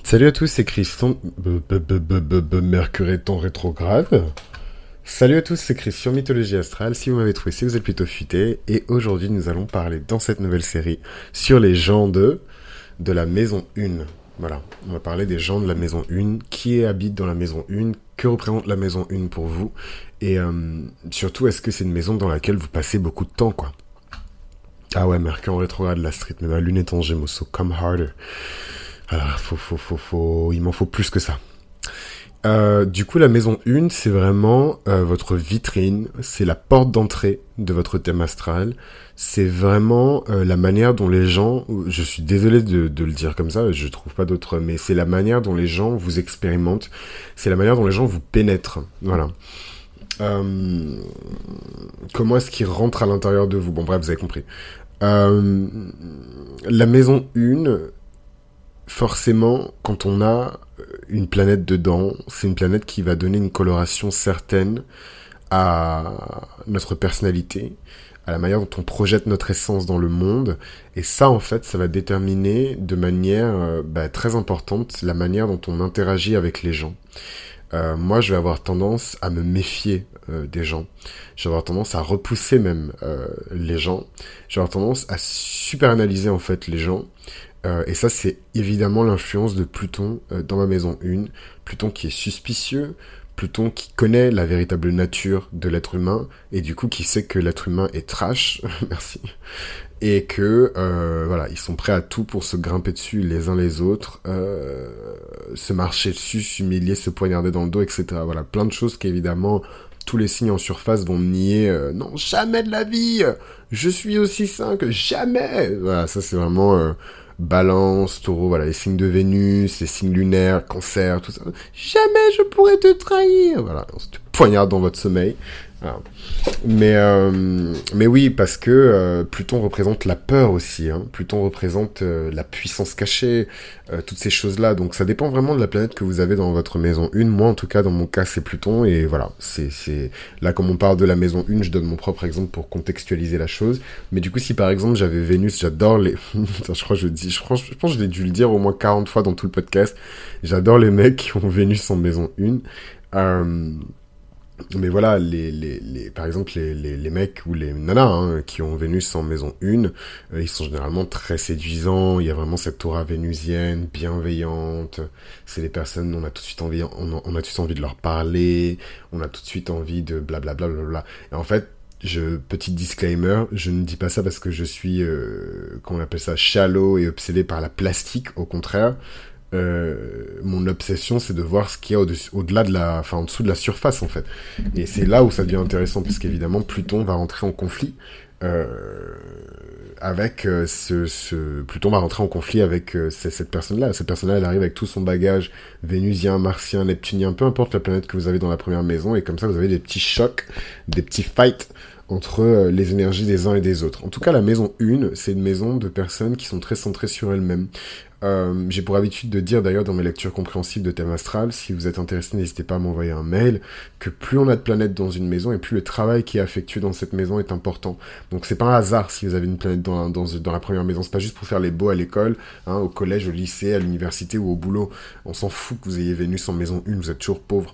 Salut à tous, c'est Christian. Mercure est en rétrograde. Salut à tous, c'est Christian Mythologie Astrale. Si vous m'avez trouvé, c'est que vous êtes plutôt futé. Et aujourd'hui, nous allons parler dans cette nouvelle série sur les gens de la maison 1. Voilà, on va parler des gens de la maison 1, qui habite dans la maison 1, que représente la maison 1 pour vous, et surtout, est-ce que c'est une maison dans laquelle vous passez beaucoup de temps, quoi. Ah ouais, Mercure en rétrograde, la street, mais ma lune est en Gémeaux, so come harder. Alors, il m'en faut plus que ça. Du coup, la maison 1, c'est vraiment votre vitrine, c'est la porte d'entrée de votre thème astral. C'est vraiment la manière dont les gens, je suis désolé de le dire comme ça, je trouve pas d'autre, mais c'est la manière dont les gens vous expérimentent, c'est la manière dont les gens vous pénètrent. Voilà. Euh, Comment est-ce qu'ils rentrent à l'intérieur de vous? Bon, bref, vous avez compris. Euh, la maison 1, forcément, quand on a une planète dedans, c'est une planète qui va donner une coloration certaine à notre personnalité, à la manière dont on projette notre essence dans le monde. Et ça, en fait, ça va déterminer de manière très importante la manière dont on interagit avec les gens. Moi, je vais avoir tendance à me méfier des gens. Je vais avoir tendance à repousser même les gens. Je vais avoir tendance à super analyser en fait les gens. Et ça, c'est évidemment l'influence de Pluton dans ma maison 1. Pluton qui est suspicieux, Pluton qui connaît la véritable nature de l'être humain, et du coup qui sait que l'être humain est trash, merci, et que, voilà, ils sont prêts à tout pour se grimper dessus les uns les autres, se marcher dessus, s'humilier, se poignarder dans le dos, etc. Voilà, plein de choses qu'évidemment, tous les signes en surface vont nier. Non, jamais de la vie, je suis aussi sain que jamais. Voilà, ça c'est vraiment Balance, Taureau, voilà, les signes de Vénus, les signes lunaires, Cancer, tout ça. Jamais je pourrais te trahir. Voilà, on se poignarde dans votre sommeil. Voilà. Mais oui, parce que Pluton représente la peur aussi. Hein. Pluton représente la puissance cachée, toutes ces choses-là. Donc ça dépend vraiment de la planète que vous avez dans votre maison 1. Moi, en tout cas, dans mon cas, c'est Pluton. Et voilà, c'est là, comme on parle de la maison 1, je donne mon propre exemple pour contextualiser la chose. Mais du coup, si par exemple j'avais Vénus, j'adore les... Putain, je pense que j'ai dû le dire au moins 40 fois dans tout le podcast. J'adore les mecs qui ont Vénus en maison 1. Mais voilà, par exemple, les mecs ou les nanas hein, qui ont Vénus en maison 1, ils sont généralement très séduisants, il y a vraiment cette aura vénusienne, bienveillante, c'est les personnes, on a tout de suite envie, on a tout de suite envie de leur parler, on a tout de suite envie de blablabla. Et en fait, petit disclaimer, je ne dis pas ça parce que je suis, comment on appelle ça, shallow et obsédé par la plastique, au contraire. Mon obsession c'est de voir ce qu'il y a au-delà de en dessous de la surface en fait, et c'est là où ça devient intéressant parce qu'évidemment Pluton va rentrer en conflit avec Pluton va rentrer en conflit avec cette personne-là. Cette personne-là, elle arrive avec tout son bagage vénusien, martien, neptunien, peu importe la planète que vous avez dans la première maison, et comme ça vous avez des petits chocs, des petits fights entre les énergies des uns et des autres. En tout cas, la maison 1, c'est une maison de personnes qui sont très centrées sur elles-mêmes. J'ai pour habitude de dire d'ailleurs dans mes lectures compréhensibles de thème astral, si vous êtes intéressé, n'hésitez pas à m'envoyer un mail, que plus on a de planètes dans une maison et plus le travail qui est effectué dans cette maison est important. Donc c'est pas un hasard si vous avez une planète dans la première maison, c'est pas juste pour faire les beaux à l'école, hein, au collège, au lycée, à l'université ou au boulot. On s'en fout que vous ayez Vénus en maison 1, vous êtes toujours pauvre.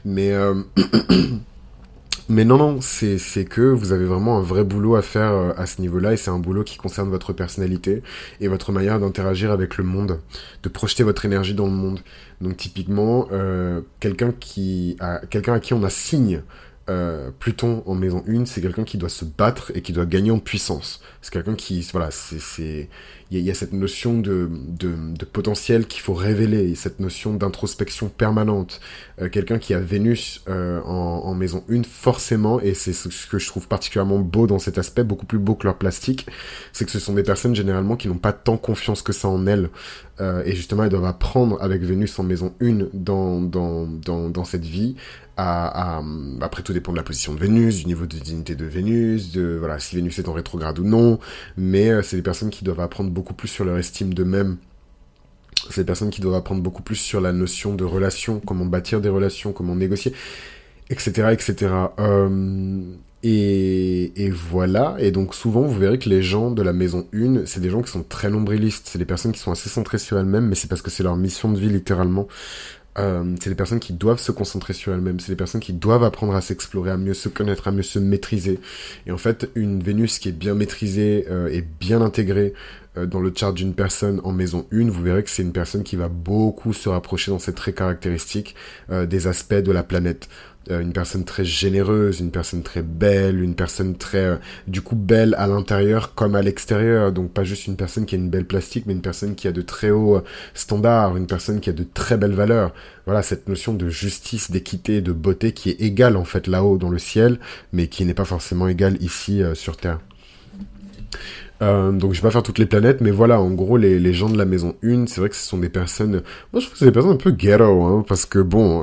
Mais non, c'est que vous avez vraiment un vrai boulot à faire à ce niveau-là, et c'est un boulot qui concerne votre personnalité et votre manière d'interagir avec le monde, de projeter votre énergie dans le monde. Donc typiquement, quelqu'un à qui on assigne Pluton en maison 1, c'est quelqu'un qui doit se battre et qui doit gagner en puissance. C'est quelqu'un qui, voilà, il y a cette notion de potentiel qu'il faut révéler, et cette notion d'introspection permanente. Quelqu'un qui a Vénus en maison 1, forcément, et c'est ce que je trouve particulièrement beau dans cet aspect, beaucoup plus beau que leur plastique, c'est que ce sont des personnes généralement qui n'ont pas tant confiance que ça en elles. Et justement, elles doivent apprendre avec Vénus en maison 1 dans cette vie après tout dépend de la position de Vénus, du niveau de dignité de Vénus, de voilà si Vénus est en rétrograde ou non, mais c'est des personnes qui doivent apprendre beaucoup plus sur leur estime d'eux-mêmes. C'est des personnes qui doivent apprendre beaucoup plus sur la notion de relation, comment bâtir des relations, comment négocier, etc., etc. Et voilà, et donc souvent vous verrez que les gens de la maison 1, c'est des gens qui sont très nombrilistes, c'est des personnes qui sont assez centrées sur elles-mêmes, mais c'est parce que c'est leur mission de vie littéralement. C'est des personnes qui doivent se concentrer sur elles-mêmes, c'est des personnes qui doivent apprendre à s'explorer, à mieux se connaître, à mieux se maîtriser. Et en fait, une Vénus qui est bien maîtrisée et bien intégrée dans le chart d'une personne en maison 1, vous verrez que c'est une personne qui va beaucoup se rapprocher dans ces traits caractéristiques des aspects de la planète. Une personne très généreuse, une personne très belle, une personne très, du coup, belle à l'intérieur comme à l'extérieur. Donc pas juste une personne qui a une belle plastique, mais une personne qui a de très hauts standards, une personne qui a de très belles valeurs. Voilà, cette notion de justice, d'équité, de beauté qui est égale en fait là-haut dans le ciel, mais qui n'est pas forcément égale ici sur Terre. Donc je vais pas faire toutes les planètes, mais voilà, en gros, les gens de la maison 1, c'est vrai que ce sont des personnes... Moi, je trouve que c'est des personnes un peu ghetto, hein, parce que bon...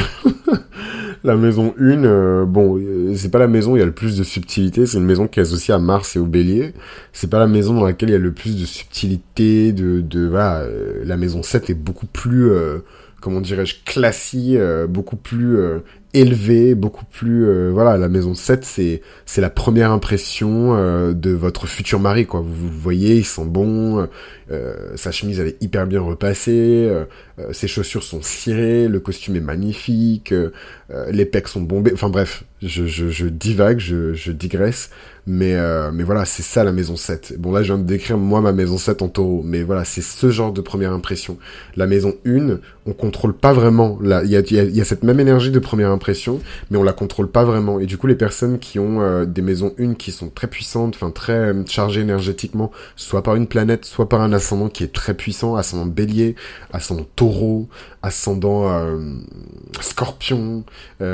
La maison 1, c'est pas la maison où il y a le plus de subtilité, c'est une maison qui est associée à Mars et au Bélier. C'est pas la maison dans laquelle il y a le plus de subtilité, voilà, la maison 7 est beaucoup plus, comment dirais-je, classique, beaucoup plus élevée, beaucoup plus, voilà, la maison 7, c'est la première impression de votre futur mari, quoi. Vous voyez, il sent bon, sa chemise elle est hyper bien repassée, ses chaussures sont cirées, le costume est magnifique, les pecs sont bombés, enfin bref, je divague, je digresse, mais voilà, c'est ça la maison 7. Bon là je viens de décrire moi ma maison 7 en taureau, mais voilà, c'est ce genre de première impression. La maison 1, on contrôle pas vraiment, il y a cette même énergie de première impression, mais on la contrôle pas vraiment, et du coup les personnes qui ont des maisons 1 qui sont très puissantes, enfin très chargées énergétiquement, soit par une planète, soit par un ascendant qui est très puissant, ascendant bélier, ascendant taureau, ascendant scorpion,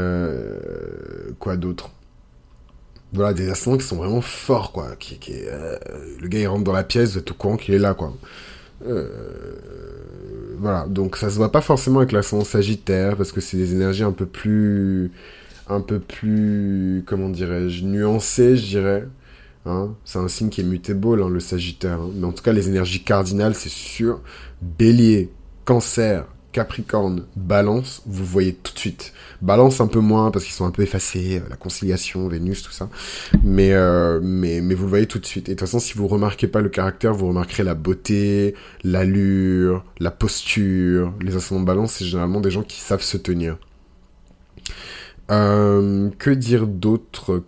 quoi d'autre, voilà, des ascendants qui sont vraiment forts, quoi, le gars il rentre dans la pièce, vous êtes au courant qu'il est là, quoi. Voilà, donc ça se voit pas forcément avec l'ascendant sagittaire, parce que c'est des énergies un peu plus, comment dirais-je, nuancées, je dirais. Hein, c'est un signe qui est mutable, hein, le Sagittaire. Hein. Mais en tout cas, les énergies cardinales, c'est sûr. Bélier, Cancer, Capricorne, Balance, vous voyez tout de suite. Balance un peu moins, parce qu'ils sont un peu effacés, la conciliation, Vénus, tout ça. Mais vous le voyez tout de suite. Et de toute façon, si vous remarquez pas le caractère, vous remarquerez la beauté, l'allure, la posture. Les ascendants de Balance, c'est généralement des gens qui savent se tenir. Que dire d'autre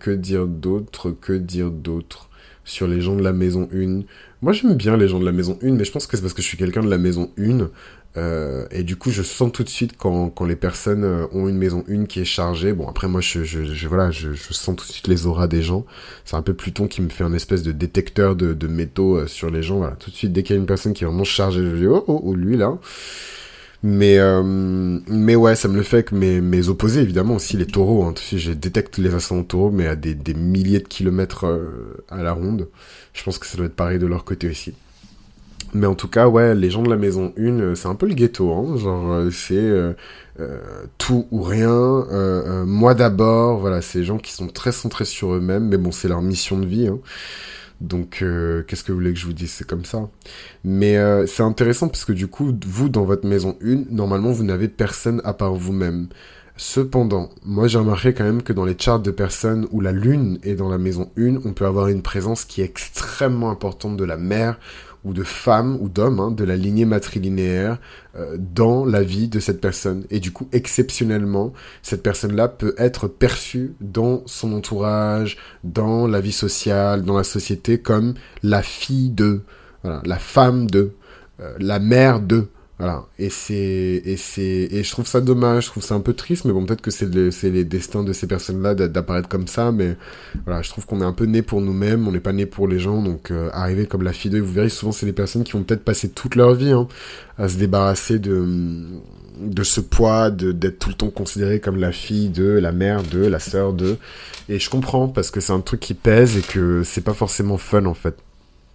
sur les gens de la maison 1? Moi, j'aime bien les gens de la maison 1, mais je pense que c'est parce que je suis quelqu'un de la maison 1. Et du coup, je sens tout de suite quand les personnes ont une maison 1 qui est chargée. Bon, après, moi, je sens tout de suite les auras des gens. C'est un peu Pluton qui me fait un espèce de détecteur de métaux sur les gens. Voilà, tout de suite, dès qu'il y a une personne qui est vraiment chargée, je dis, oh, lui, là. Mais ouais, ça me le fait avec mes opposés, évidemment, aussi les taureaux. Hein. Je détecte les ascendants taureaux, mais à des milliers de kilomètres à la ronde. Je pense que ça doit être pareil de leur côté aussi. Mais en tout cas, ouais, les gens de la maison 1, c'est un peu le ghetto. Hein. Genre, c'est tout ou rien. Moi d'abord, voilà, c'est des gens qui sont très centrés sur eux-mêmes. Mais bon, c'est leur mission de vie, hein. Donc, qu'est-ce que vous voulez que je vous dise? C'est comme ça. Mais c'est intéressant parce que du coup, vous, dans votre maison 1, normalement, vous n'avez personne à part vous-même. Cependant, moi, j'ai remarqué quand même que dans les charts de personnes où la lune est dans la maison 1, on peut avoir une présence qui est extrêmement importante de la mère ou de femme ou d'homme, hein, de la lignée matrilinéaire dans la vie de cette personne. Et du coup, exceptionnellement, cette personne-là peut être perçue dans son entourage, dans la vie sociale, dans la société, comme la fille de, voilà, la femme de, la mère de. Voilà. Et je trouve ça dommage, je trouve ça un peu triste, mais bon, peut-être que c'est les destins de ces personnes-là d'apparaître comme ça, mais voilà, je trouve qu'on est un peu né pour nous-mêmes, on n'est pas né pour les gens, donc arriver comme la fille d'eux, vous verrez, souvent c'est des personnes qui vont peut-être passer toute leur vie, hein, à se débarrasser de ce poids, d'être tout le temps considéré comme la fille de, la mère de, la sœur de, et je comprends, parce que c'est un truc qui pèse et que c'est pas forcément fun, en fait.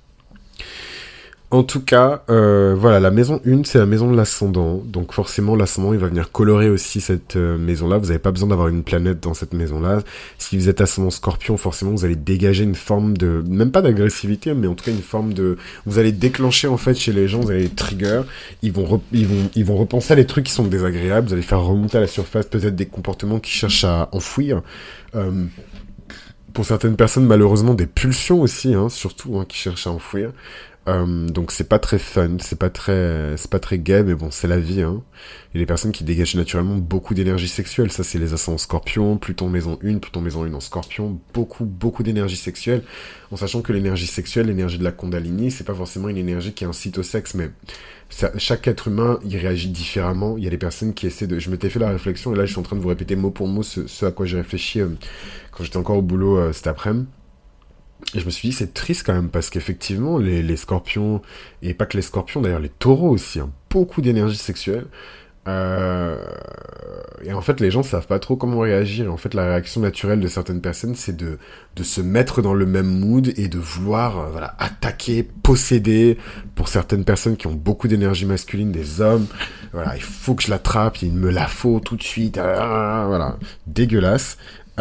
En tout cas, voilà, la maison 1, c'est la maison de l'ascendant. Donc forcément, l'ascendant, il va venir colorer aussi cette maison-là. Vous n'avez pas besoin d'avoir une planète dans cette maison-là. Si vous êtes ascendant scorpion, forcément, vous allez dégager une forme de... Même pas d'agressivité, mais en tout cas une forme de... Vous allez déclencher, en fait, chez les gens, vous allez les trigger. Ils vont repenser à des trucs qui sont désagréables. Vous allez faire remonter à la surface peut-être des comportements qu'ils cherchent à enfouir. pour certaines personnes, malheureusement, des pulsions aussi, hein, surtout, hein, qui cherchent à enfouir. Donc c'est pas très fun, c'est pas très gay, mais bon, c'est la vie, hein. Il y a des personnes qui dégagent naturellement beaucoup d'énergie sexuelle. Ça, c'est les ascendants Scorpion, Pluton maison 1 en Scorpion, beaucoup d'énergie sexuelle. En sachant que l'énergie sexuelle, l'énergie de la Kundalini, c'est pas forcément une énergie qui incite au sexe, mais chaque être humain, il réagit différemment. Il y a des personnes qui essaient de... Je m'étais fait la réflexion, et là, je suis en train de vous répéter mot pour mot ce à quoi j'ai réfléchi quand j'étais encore au boulot cet après-midi. Et je me suis dit, c'est triste quand même, parce qu'effectivement, les scorpions, et pas que les scorpions, d'ailleurs, les taureaux aussi, hein, beaucoup d'énergie sexuelle. Euh, et en fait, les gens savent pas trop comment réagir. Et en fait, la réaction naturelle de certaines personnes, c'est de se mettre dans le même mood et de vouloir, voilà, attaquer, posséder. Pour certaines personnes qui ont beaucoup d'énergie masculine, des hommes, voilà, il faut que je l'attrape, il me la faut tout de suite, voilà, dégueulasse.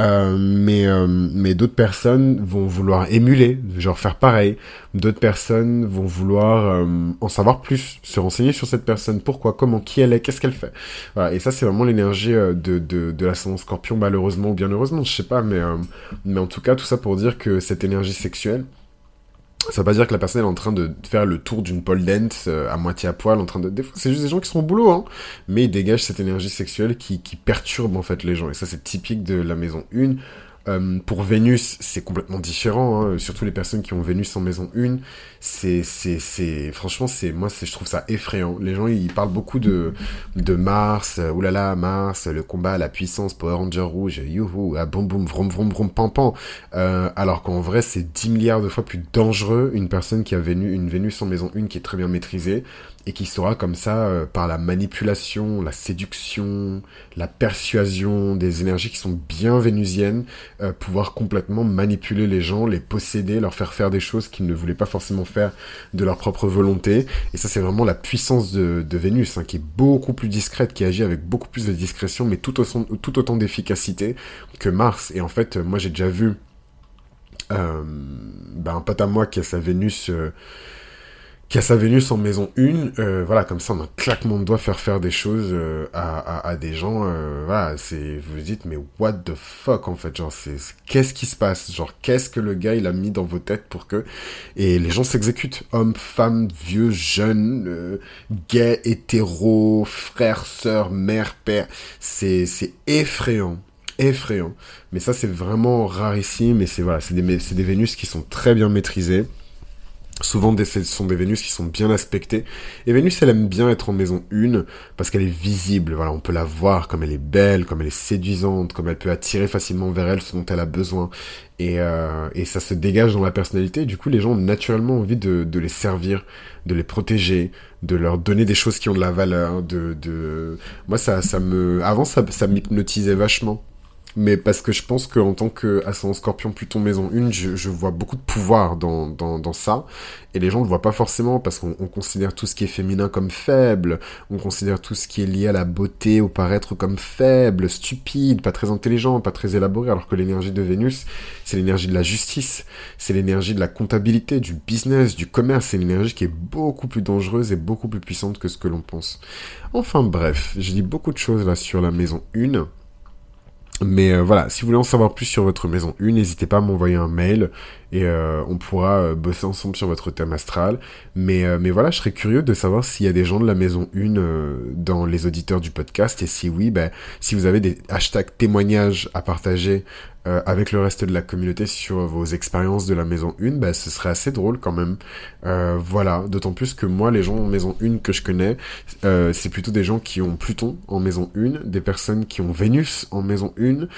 Mais d'autres personnes vont vouloir émuler, genre faire pareil. D'autres personnes vont vouloir en savoir plus, se renseigner sur cette personne, pourquoi, comment, qui elle est, qu'est-ce qu'elle fait. Voilà, et ça, c'est vraiment l'énergie de l'ascendant Scorpion, malheureusement ou bien heureusement, je sais pas, mais en tout cas, tout ça pour dire que cette énergie sexuelle, ça veut pas dire que la personne est en train de faire le tour d'une pole dance à moitié à poil, en train de... Des fois, c'est juste des gens qui sont au boulot, hein. Mais ils dégagent cette énergie sexuelle qui perturbe en fait les gens. Et ça, c'est typique de la maison 1. Pour Vénus, c'est complètement différent, hein. Surtout les personnes qui ont Vénus en maison 1. Franchement, je trouve ça effrayant. Les gens, ils parlent beaucoup de Mars, oulala, Mars, le combat, la puissance, Power Ranger rouge, youhou, ah, boum boum, vroom vroom vroom, pam pam. Alors qu'en vrai, c'est 10 milliards de fois plus dangereux une personne qui a une Vénus en maison 1 qui est très bien maîtrisée et qui saura comme ça, par la manipulation, la séduction, la persuasion, des énergies qui sont bien vénusiennes, pouvoir complètement manipuler les gens, les posséder, leur faire des choses qu'ils ne voulaient pas forcément faire de leur propre volonté. Et ça, c'est vraiment la puissance de Vénus, hein, qui est beaucoup plus discrète, qui agit avec beaucoup plus de discrétion, mais tout autant d'efficacité que Mars. Et en fait, moi, j'ai déjà vu un pote à moi qui a sa Vénus en maison 1, voilà, comme ça, en un claquement de doigts, faire des choses à des gens, voilà, vous vous dites, mais what the fuck, en fait, genre, qu'est-ce qui se passe? Genre, qu'est-ce que le gars, il a mis dans vos têtes pour que... Et les gens s'exécutent, hommes, femmes, vieux, jeunes, gays, hétéros, frères, sœurs, mère, père, c'est effrayant. Effrayant. Mais ça, c'est vraiment rarissime, et c'est des Vénus qui sont très bien maîtrisées. Souvent, ce sont des Vénus qui sont bien aspectées. Et Vénus, elle aime bien être en maison 1 parce qu'elle est visible. Voilà, on peut la voir comme elle est belle, comme elle est séduisante, comme elle peut attirer facilement vers elle ce dont elle a besoin. Et ça se dégage dans la personnalité. Et du coup, les gens ont naturellement envie de les servir, de les protéger, de leur donner des choses qui ont de la valeur. Moi, avant, ça m'hypnotisait vachement. Mais parce que je pense qu'en tant qu'ascendant Scorpion Pluton maison 1, je vois beaucoup de pouvoir dans ça. Et les gens ne le voient pas forcément parce qu'on considère tout ce qui est féminin comme faible. On considère tout ce qui est lié à la beauté, au paraître comme faible, stupide, pas très intelligent, pas très élaboré. Alors que l'énergie de Vénus, c'est l'énergie de la justice. C'est l'énergie de la comptabilité, du business, du commerce. C'est une énergie qui est beaucoup plus dangereuse et beaucoup plus puissante que ce que l'on pense. Enfin bref, je dis beaucoup de choses là sur la maison 1. Mais voilà, si vous voulez en savoir plus sur votre maison 1, n'hésitez pas à m'envoyer un mail et on pourra bosser ensemble sur votre thème astral. Mais voilà, je serais curieux de savoir s'il y a des gens de la maison 1 dans les auditeurs du podcast. Et si oui, si vous avez des hashtags témoignages à partager avec le reste de la communauté sur vos expériences de la maison 1, ce serait assez drôle quand même. Voilà, d'autant plus que moi, les gens en maison 1 que je connais, c'est plutôt des gens qui ont Pluton en maison 1, des personnes qui ont Vénus en maison 1,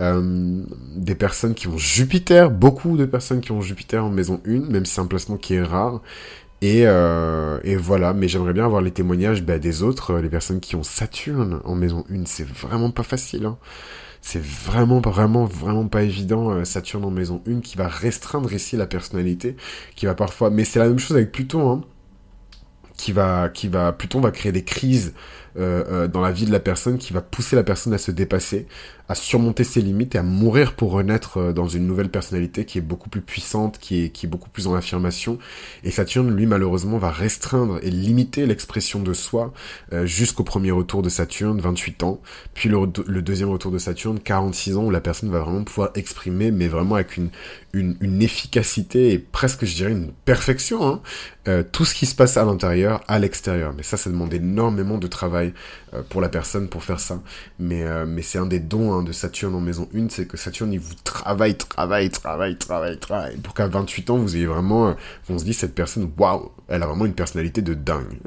des personnes qui ont Jupiter, beaucoup de personnes qui ont Jupiter en maison 1, même si c'est un placement qui est rare. Et voilà, mais j'aimerais bien avoir les témoignages des autres, les personnes qui ont Saturne en maison 1, c'est vraiment pas facile, hein. C'est vraiment pas évident, Saturne en maison 1, qui va restreindre ici la personnalité, qui va parfois... Mais c'est la même chose avec Pluton, hein, Pluton va créer des crises dans la vie de la personne qui va pousser la personne à se dépasser, à surmonter ses limites et à mourir pour renaître dans une nouvelle personnalité qui est beaucoup plus puissante, qui est beaucoup plus en affirmation. Et Saturne, lui, malheureusement, va restreindre et limiter l'expression de soi jusqu'au premier retour de Saturne, 28 ans, puis le deuxième retour de Saturne, 46 ans, où la personne va vraiment pouvoir exprimer, mais vraiment avec une efficacité et presque, je dirais, une perfection, hein, tout ce qui se passe à l'intérieur, à l'extérieur. Mais ça demande énormément de travail pour la personne pour faire ça. Mais c'est un des dons de Saturne en maison 1, c'est que Saturne, il vous travaille, pour qu'à 28 ans, vous ayez vraiment, on se dit, cette personne, waouh, elle a vraiment une personnalité de dingue.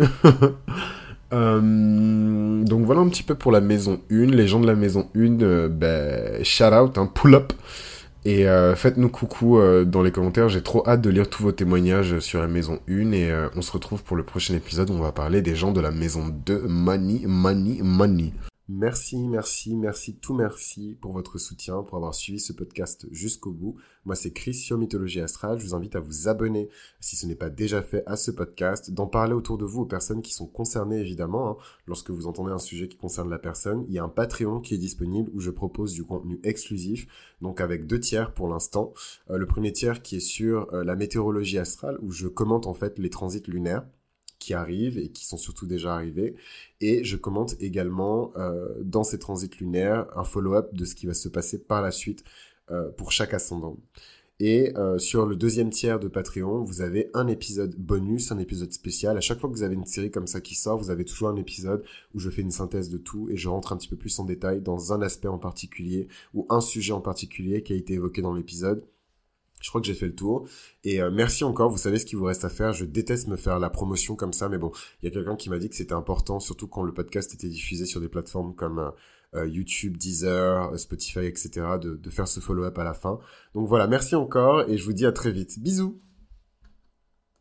Donc voilà un petit peu pour la maison 1, les gens de la maison 1, shout out, hein, pull up. Et faites-nous coucou dans les commentaires, j'ai trop hâte de lire tous vos témoignages sur la maison 1 et on se retrouve pour le prochain épisode où on va parler des gens de la maison 2, money. Merci, tout merci pour votre soutien, pour avoir suivi ce podcast jusqu'au bout. Moi, c'est Chris sur Mythologie Astrale. Je vous invite à vous abonner, si ce n'est pas déjà fait, à ce podcast, d'en parler autour de vous aux personnes qui sont concernées, évidemment. Hein. Lorsque vous entendez un sujet qui concerne la personne, il y a un Patreon qui est disponible où je propose du contenu exclusif, donc avec 2 tiers pour l'instant. Le premier tiers qui est sur la météorologie astrale, où je commente en fait les transits lunaires qui arrivent et qui sont surtout déjà arrivés. Et je commente également dans ces transits lunaires un follow-up de ce qui va se passer par la suite pour chaque ascendant. Et sur le deuxième tiers de Patreon, vous avez un épisode bonus, un épisode spécial. À chaque fois que vous avez une série comme ça qui sort, vous avez toujours un épisode où je fais une synthèse de tout et je rentre un petit peu plus en détail dans un aspect en particulier ou un sujet en particulier qui a été évoqué dans l'épisode. Je crois que j'ai fait le tour. Et merci encore, vous savez ce qu'il vous reste à faire. Je déteste me faire la promotion comme ça, mais bon, il y a quelqu'un qui m'a dit que c'était important, surtout quand le podcast était diffusé sur des plateformes comme YouTube, Deezer, Spotify, etc., de faire ce follow-up à la fin. Donc voilà, merci encore et je vous dis à très vite. Bisous!